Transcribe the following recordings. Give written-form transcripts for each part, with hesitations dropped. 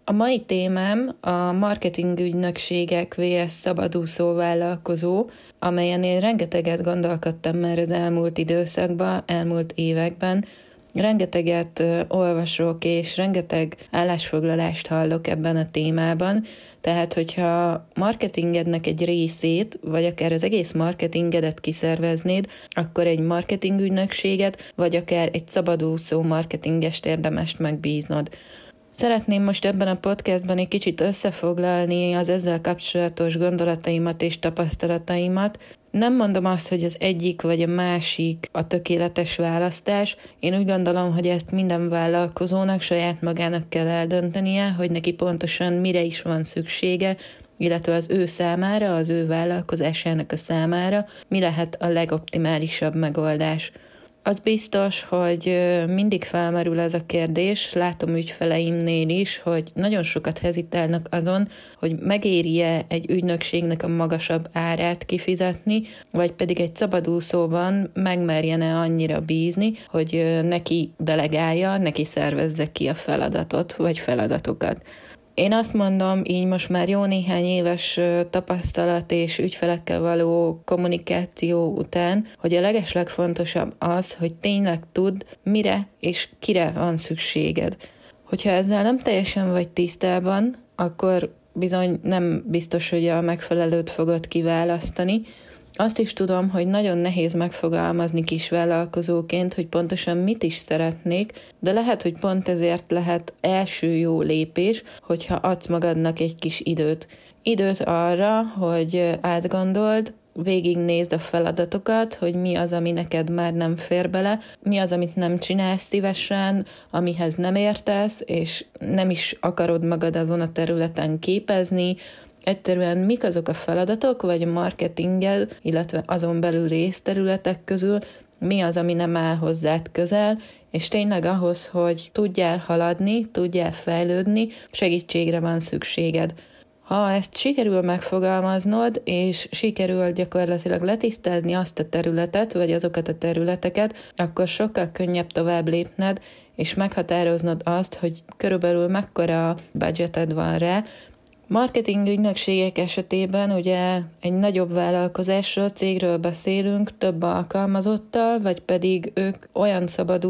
A mai témám a marketingügynökségek vs. szabadúszó vállalkozó, amelyen én rengeteget gondolkodtam már az elmúlt időszakban, elmúlt években. Rengeteget olvasok, és rengeteg állásfoglalást hallok ebben a témában, tehát hogyha marketingednek egy részét, vagy akár az egész marketingedet kiszerveznéd, akkor egy marketingügynökséget, vagy akár egy szabadúszó marketingest érdemes megbíznod. Szeretném most ebben a podcastban egy kicsit összefoglalni az ezzel kapcsolatos gondolataimat és tapasztalataimat. Nem mondom azt, hogy az egyik vagy a másik a tökéletes választás. Én úgy gondolom, hogy ezt minden vállalkozónak saját magának kell eldöntenie, hogy neki pontosan mire is van szüksége, illetve az ő számára, az ő vállalkozásának a számára mi lehet a legoptimálisabb megoldás. Az biztos, hogy mindig felmerül ez a kérdés, látom ügyfeleimnél is, hogy nagyon sokat hezitálnak azon, hogy megéri-e egy ügynökségnek a magasabb árát kifizetni, vagy pedig egy szabadúszóban megmerjen-e annyira bízni, hogy neki delegálja, neki szervezze ki a feladatot, vagy feladatokat. Én azt mondom, így most már jó néhány éves tapasztalat és ügyfelekkel való kommunikáció után, hogy a legeslegfontosabb az, hogy tényleg tudd, mire és kire van szükséged. Hogyha ezzel nem teljesen vagy tisztában, akkor bizony nem biztos, hogy a megfelelőt fogod kiválasztani. Azt is tudom, hogy nagyon nehéz megfogalmazni kisvállalkozóként, hogy pontosan mit is szeretnék, de lehet, hogy pont ezért lehet első jó lépés, hogyha adsz magadnak egy kis időt. Időt arra, hogy átgondold, végignézd a feladatokat, hogy mi az, ami neked már nem fér bele, mi az, amit nem csinálsz szívesen, amihez nem értesz, és nem is akarod magad azon a területen képezni. Egyszerűen mik azok a feladatok, vagy a marketinged, illetve azon belül részterületek közül, mi az, ami nem áll hozzád közel, és tényleg ahhoz, hogy tudjál haladni, tudjál fejlődni, segítségre van szükséged. Ha ezt sikerül megfogalmaznod, és sikerül gyakorlatilag letisztázni azt a területet, vagy azokat a területeket, akkor sokkal könnyebb tovább lépned, és meghatároznod azt, hogy körülbelül mekkora budgeted van rá. Marketing ügynökségek esetében ugye egy nagyobb vállalkozásról, cégről beszélünk, több alkalmazottal, vagy pedig ők olyan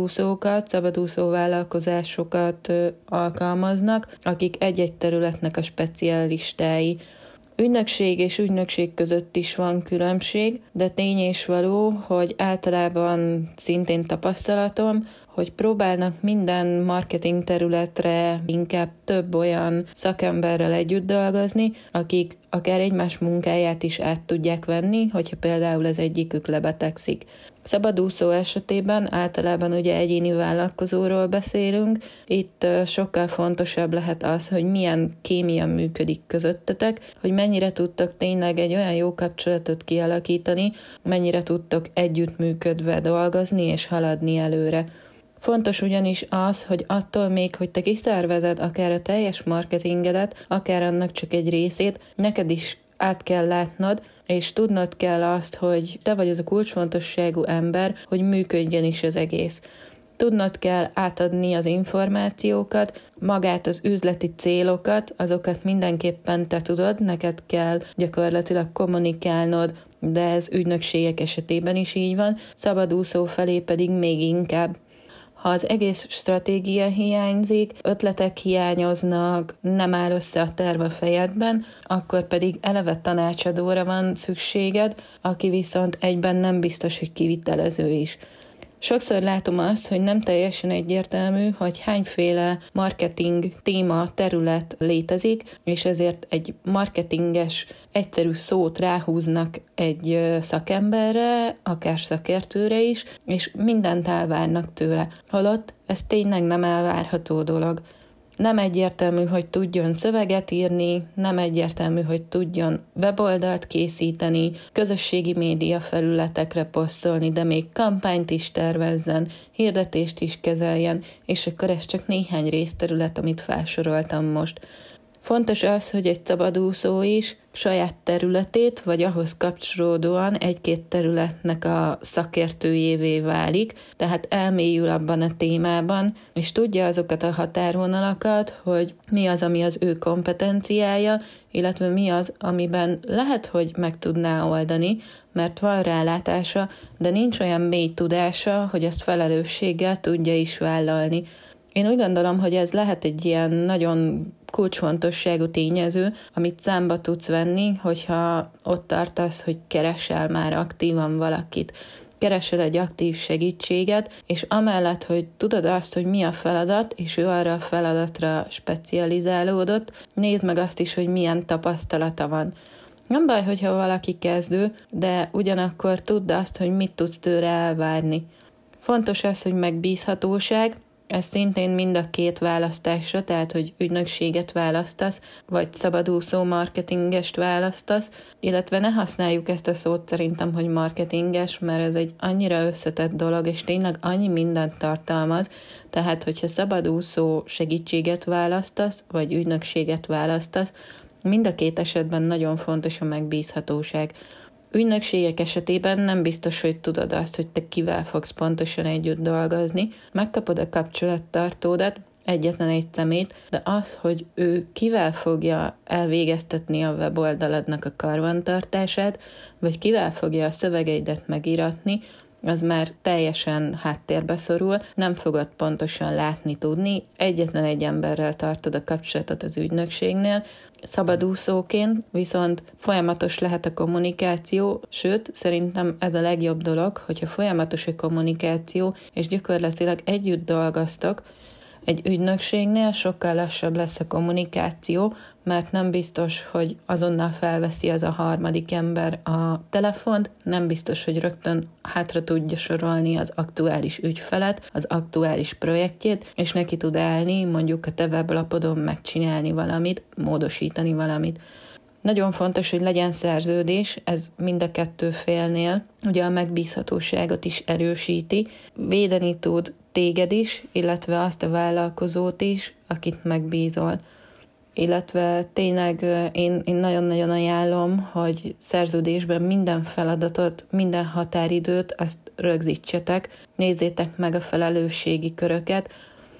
szabadúszó vállalkozásokat alkalmaznak, akik egy-egy területnek a specialistái. Ügynökség és ügynökség között is van különbség, de tény és való, hogy általában szintén tapasztalatom, hogy próbálnak minden marketing területre inkább több olyan szakemberrel együtt dolgozni, akik akár egymás munkáját is át tudják venni, hogyha például az egyikük lebetegszik. Szabadúszó esetében általában ugye egyéni vállalkozóról beszélünk, itt sokkal fontosabb lehet az, hogy milyen kémia működik közöttetek, hogy mennyire tudtok tényleg egy olyan jó kapcsolatot kialakítani, mennyire tudtok együttműködve dolgozni és haladni előre. Fontos ugyanis az, hogy attól még, hogy te kiszervezed akár a teljes marketingedet, akár annak csak egy részét, neked is át kell látnod, és tudnod kell azt, hogy te vagy az a kulcsfontosságú ember, hogy működjön is az egész. Tudnod kell átadni az információkat, magát az üzleti célokat, azokat mindenképpen te tudod, neked kell gyakorlatilag kommunikálnod, de ez ügynökségek esetében is így van, szabadúszó felé pedig még inkább. Ha az egész stratégia hiányzik, ötletek hiányoznak, nem áll össze a terv a fejedben, akkor pedig eleve tanácsadóra van szükséged, aki viszont egyben nem biztos, hogy kivitelező is. Sokszor látom azt, hogy nem teljesen egyértelmű, hogy hányféle marketing téma, terület létezik, és ezért egy marketinges egyszerű szót ráhúznak egy szakemberre, akár szakértőre is, és mindent elvárnak tőle. Holott ez tényleg nem elvárható dolog. Nem egyértelmű, hogy tudjon szöveget írni, nem egyértelmű, hogy tudjon weboldalt készíteni, közösségi média felületekre posztolni, de még kampányt is tervezzen, hirdetést is kezeljen, és akkor ez csak néhány részterület, amit felsoroltam most. Fontos az, hogy egy szabadúszó is saját területét, vagy ahhoz kapcsolódóan egy-két területnek a szakértőjévé válik, tehát elmélyül abban a témában, és tudja azokat a határvonalakat, hogy mi az, ami az ő kompetenciája, illetve mi az, amiben lehet, hogy meg tudná oldani, mert van rálátása, de nincs olyan mély tudása, hogy azt felelősséggel tudja is vállalni. Én úgy gondolom, hogy ez lehet egy ilyen nagyon kulcsfontosságú tényező, amit számba tudsz venni, hogyha ott tartasz, hogy keresel már aktívan valakit, keresel egy aktív segítséget, és amellett, hogy tudod azt, hogy mi a feladat, és ő arra a feladatra specializálódott, nézd meg azt is, hogy milyen tapasztalata van. Nem baj, hogyha valaki kezdő, de ugyanakkor tudd azt, hogy mit tudsz tőle elvárni. Fontos az, hogy megbízhatóság, ez szintén mind a két választásra, tehát hogy ügynökséget választasz, vagy szabadúszó marketingest választasz, illetve ne használjuk ezt a szót szerintem, hogy marketinges, mert ez egy annyira összetett dolog, és tényleg annyi mindent tartalmaz, tehát hogyha szabadúszó segítséget választasz, vagy ügynökséget választasz, mind a két esetben nagyon fontos a megbízhatóság. Ügynökségek esetében nem biztos, hogy tudod azt, hogy te kivel fogsz pontosan együtt dolgozni. Megkapod a kapcsolattartódat, egyetlen egy szemét, de az, hogy ő kivel fogja elvégeztetni a weboldaladnak a karbantartását, vagy kivel fogja a szövegeidet megíratni, az már teljesen háttérbe szorul, nem fogod pontosan látni, tudni, egyetlen egy emberrel tartod a kapcsolatot az ügynökségnél, szabadúszóként viszont folyamatos lehet a kommunikáció, sőt, szerintem ez a legjobb dolog, hogyha folyamatos a kommunikáció, és gyakorlatilag együtt dolgoztok. Egy ügynökségnél sokkal lassabb lesz a kommunikáció, mert nem biztos, hogy azonnal felveszi az a harmadik ember a telefont, nem biztos, hogy rögtön hátra tudja sorolni az aktuális ügyfelet, az aktuális projektjét, és neki tud állni mondjuk a te weblapodon megcsinálni valamit, módosítani valamit. Nagyon fontos, hogy legyen szerződés, ez mind a kettő félnél, ugye a megbízhatóságot is erősíti, védeni tud téged is, illetve azt a vállalkozót is, akit megbízol. Illetve tényleg én nagyon-nagyon ajánlom, hogy szerződésben minden feladatot, minden határidőt azt rögzítsetek, nézzétek meg a felelősségi köröket.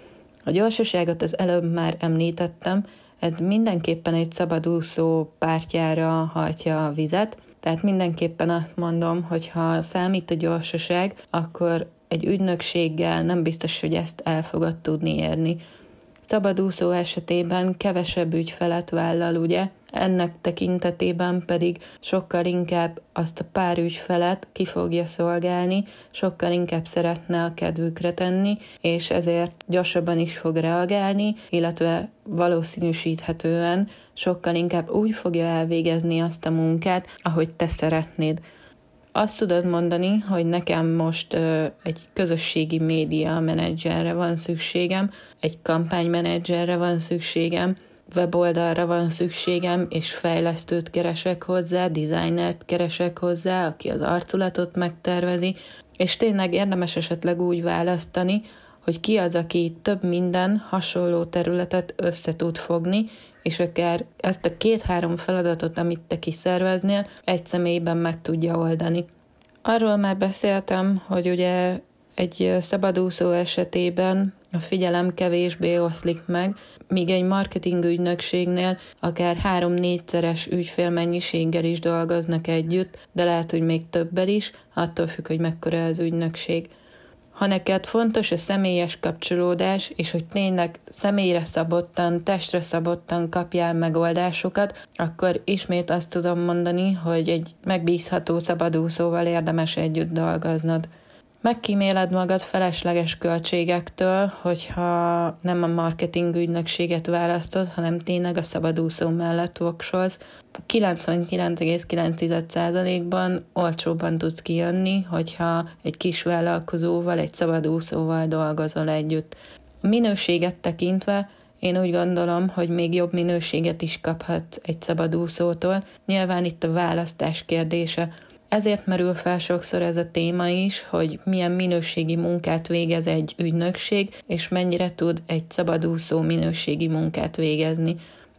A gyorsaságot az előbb már említettem, ez mindenképpen egy szabadúszó pártjára hajtja a vizet, tehát mindenképpen azt mondom, hogy ha számít a gyorsaság, akkor egy ügynökséggel nem biztos, hogy ezt el fogod tudni érni. Szabadúszó esetében kevesebb ügyfelet vállal, ugye? Ennek tekintetében pedig sokkal inkább azt a pár ügyfelet ki fogja szolgálni, sokkal inkább szeretne a kedvükre tenni, és ezért gyorsabban is fog reagálni, illetve valószínűsíthetően sokkal inkább úgy fogja elvégezni azt a munkát, ahogy te szeretnéd. Azt tudod mondani, hogy nekem most egy közösségi média menedzserre van szükségem, egy kampánymenedzserre van szükségem, weboldalra van szükségem, és fejlesztőt keresek hozzá, designert keresek hozzá, aki az arculatot megtervezi, és tényleg érdemes esetleg úgy választani, hogy ki az, aki több minden hasonló területet össze tud fogni, és akár ezt a 2-3 feladatot, amit te kiszerveznél, egy személyben meg tudja oldani. Arról már beszéltem, hogy ugye egy szabadúszó esetében a figyelem kevésbé oszlik meg, míg egy marketing ügynökségnél akár 3-4-szeres ügyfélmennyiséggel is dolgoznak együtt, de lehet, hogy még többel is, attól függ, hogy mekkora az ügynökség. Ha neked fontos a személyes kapcsolódás, és hogy tényleg személyre szabottan, testre szabottan kapjál megoldásokat, akkor ismét azt tudom mondani, hogy egy megbízható szabadúszóval érdemes együtt dolgoznod. Megkíméled magad felesleges költségektől, hogyha nem a marketing ügynökséget választod, hanem tényleg a szabadúszó mellett voksolsz. 99,9%-ban olcsóbban tudsz kijönni, hogyha egy kis vállalkozóval, egy szabadúszóval dolgozol együtt. A minőséget tekintve én úgy gondolom, hogy még jobb minőséget is kaphatsz egy szabadúszótól. Nyilván itt a választás kérdése. Ezért merül fel sokszor ez a téma is, hogy milyen minőségi munkát végez egy ügynökség, és mennyire tud egy szabadúszó minőségi munkát végezni.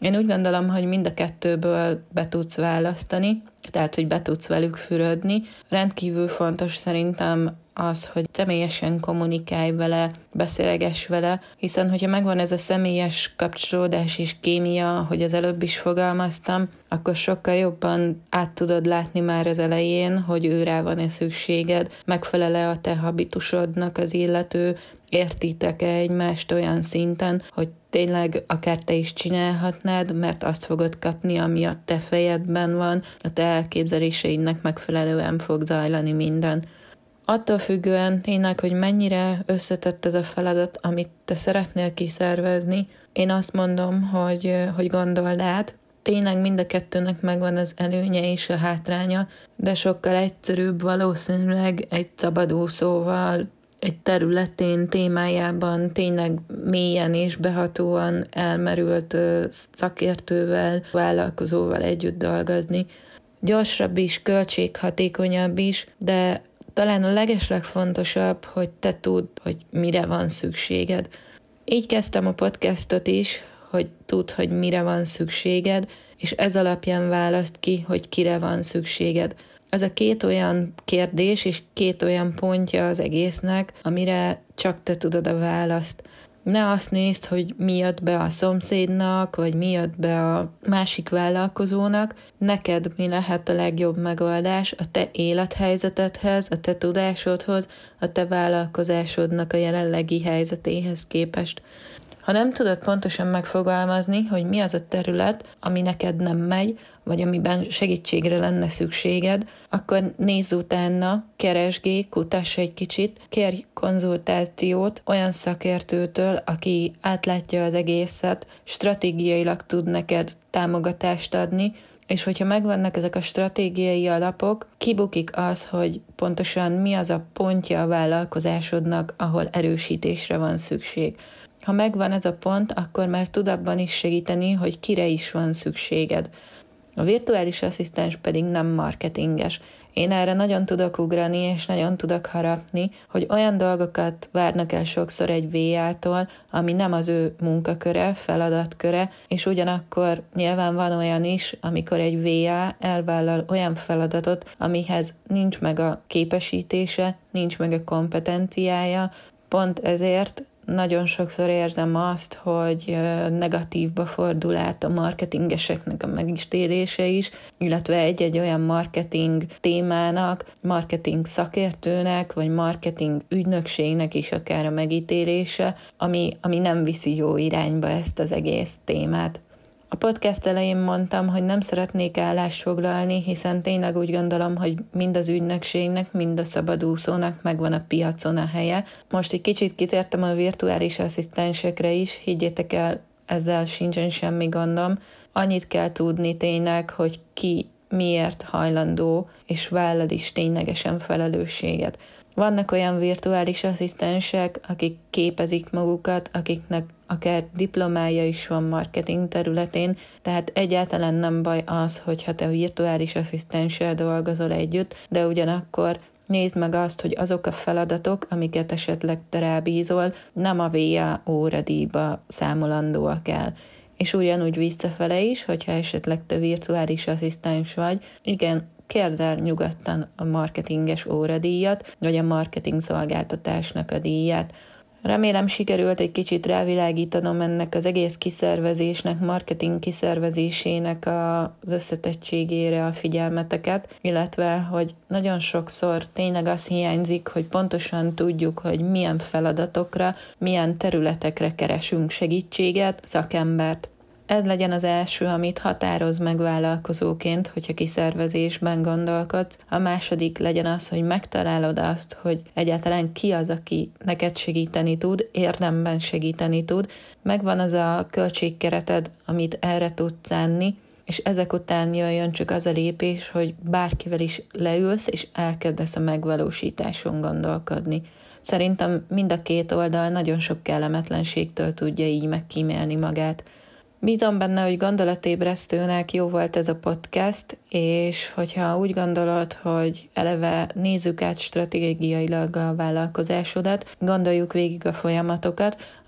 Én úgy gondolom, hogy mind a kettőből be tudsz választani, tehát, hogy be tudsz velük fürödni. Rendkívül fontos szerintem az, hogy személyesen kommunikálj vele, beszélgess vele, hiszen hogyha megvan ez a személyes kapcsolódás és kémia, hogy az előbb is fogalmaztam, akkor sokkal jobban át tudod látni már az elején, hogy őrá van-e szükséged, megfelel-e a te habitusodnak az illető, értitek-e egymást olyan szinten, hogy tényleg akár te is csinálhatnád, mert azt fogod kapni, ami a te fejedben van, a te elképzeléseidnek megfelelően fog zajlani minden. Attól függően tényleg, hogy mennyire összetett ez a feladat, amit te szeretnél kiszervezni, én azt mondom, hogy gondold át. Tényleg mind a kettőnek megvan az előnye és a hátránya, de sokkal egyszerűbb valószínűleg egy szabadúszóval, egy területén, témájában tényleg mélyen és behatóan elmerült szakértővel, vállalkozóval együtt dolgozni. Gyorsabb is, költséghatékonyabb is, de talán a legeslegfontosabb, hogy te tudd, hogy mire van szükséged. Így kezdtem a podcastot is, hogy tudd, hogy mire van szükséged, és ez alapján választ ki, hogy kire van szükséged. Ez a két olyan kérdés és két olyan pontja az egésznek, amire csak te tudod a választ. Ne azt nézd, hogy mi jött be a szomszédnak, vagy mi jött be a másik vállalkozónak. Neked mi lehet a legjobb megoldás a te élethelyzetedhez, a te tudásodhoz, a te vállalkozásodnak a jelenlegi helyzetéhez képest. Ha nem tudod pontosan megfogalmazni, hogy mi az a terület, ami neked nem megy, vagy amiben segítségre lenne szükséged, akkor nézz utána, keresgélj, kutass egy kicsit, kérj konzultációt olyan szakértőtől, aki átlátja az egészet, stratégiailag tud neked támogatást adni, és hogyha megvannak ezek a stratégiai alapok, kibukik az, hogy pontosan mi az a pontja a vállalkozásodnak, ahol erősítésre van szükség. Ha megvan ez a pont, akkor már tud abban is segíteni, hogy kire is van szükséged. A virtuális asszisztens pedig nem marketinges. Én erre nagyon tudok ugrani, és nagyon tudok harapni, hogy olyan dolgokat várnak el sokszor egy VA-tól, ami nem az ő munkaköre, feladatköre, és ugyanakkor nyilván van olyan is, amikor egy VA elvállal olyan feladatot, amihez nincs meg a képesítése, nincs meg a kompetenciája, pont ezért nagyon sokszor érzem azt, hogy negatívba fordul át a marketingeseknek a megítélése is, illetve egy-egy olyan marketing témának, marketing szakértőnek, vagy marketing ügynökségnek is akár a megítélése, ami nem viszi jó irányba ezt az egész témát. A podcast elején mondtam, hogy nem szeretnék állást foglalni, hiszen tényleg úgy gondolom, hogy mind az ügynökségnek, mind a szabadúszónak megvan a piacon a helye. Most egy kicsit kitértem a virtuális asszisztensekre is, higgyétek el, ezzel sincsen semmi gondom. Annyit kell tudni tényleg, hogy ki miért hajlandó, és vállal is ténylegesen felelősséget. Vannak olyan virtuális asszisztensek, akik képezik magukat, akiknek akár diplomája is van marketing területén, tehát egyáltalán nem baj az, hogyha te virtuális asszisztenssel dolgozol együtt, de ugyanakkor nézd meg azt, hogy azok a feladatok, amiket esetleg te rábízol, nem a VA óradíjba számolandóak el. És ugyanúgy visszafele is, hogyha esetleg te virtuális asszisztens vagy, igen, kérd el nyugodtan a marketinges óradíjat, vagy a marketing szolgáltatásnak a díját. Remélem sikerült egy kicsit rávilágítanom ennek az egész kiszervezésnek, marketing kiszervezésének az összetettségére a figyelmeteket, illetve, hogy nagyon sokszor tényleg az hiányzik, hogy pontosan tudjuk, hogy milyen feladatokra, milyen területekre keresünk segítséget, szakembert. Ez legyen az első, amit határoz meg vállalkozóként, hogyha kiszervezésben gondolkodsz. A második legyen az, hogy megtalálod azt, hogy egyáltalán ki az, aki neked segíteni tud, érdemben segíteni tud. Megvan az a költségkereted, amit erre tudsz szánni, és ezek után jöjjön csak az a lépés, hogy bárkivel is leülsz, és elkezdesz a megvalósításon gondolkodni. Szerintem mind a két oldal nagyon sok kellemetlenségtől tudja így megkímélni magát. Bízom benne, hogy gondolatébresztőnek jó volt ez a podcast, és hogyha úgy gondolod, hogy eleve nézzük át stratégiailag a vállalkozásodat, gondoljuk végig a folyamatokat,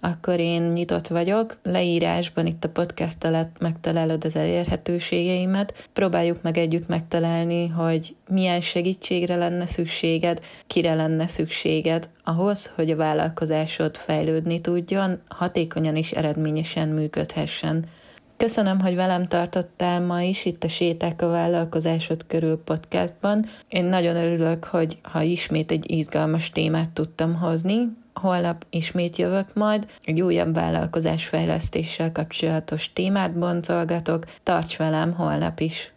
akkor én nyitott vagyok. Leírásban itt a podcast alatt megtalálod az elérhetőségeimet. Próbáljuk meg együtt megtalálni, hogy milyen segítségre lenne szükséged, kire lenne szükséged ahhoz, hogy a vállalkozásod fejlődni tudjon, hatékonyan és eredményesen működhessen. Köszönöm, hogy velem tartottál ma is itt a Séták a vállalkozásod körül podcastban. Én nagyon örülök, hogy ha ismét egy izgalmas témát tudtam hozni. Holnap ismét jövök majd, egy újabb vállalkozásfejlesztéssel kapcsolatos témát boncolgatok. Tarts velem holnap is!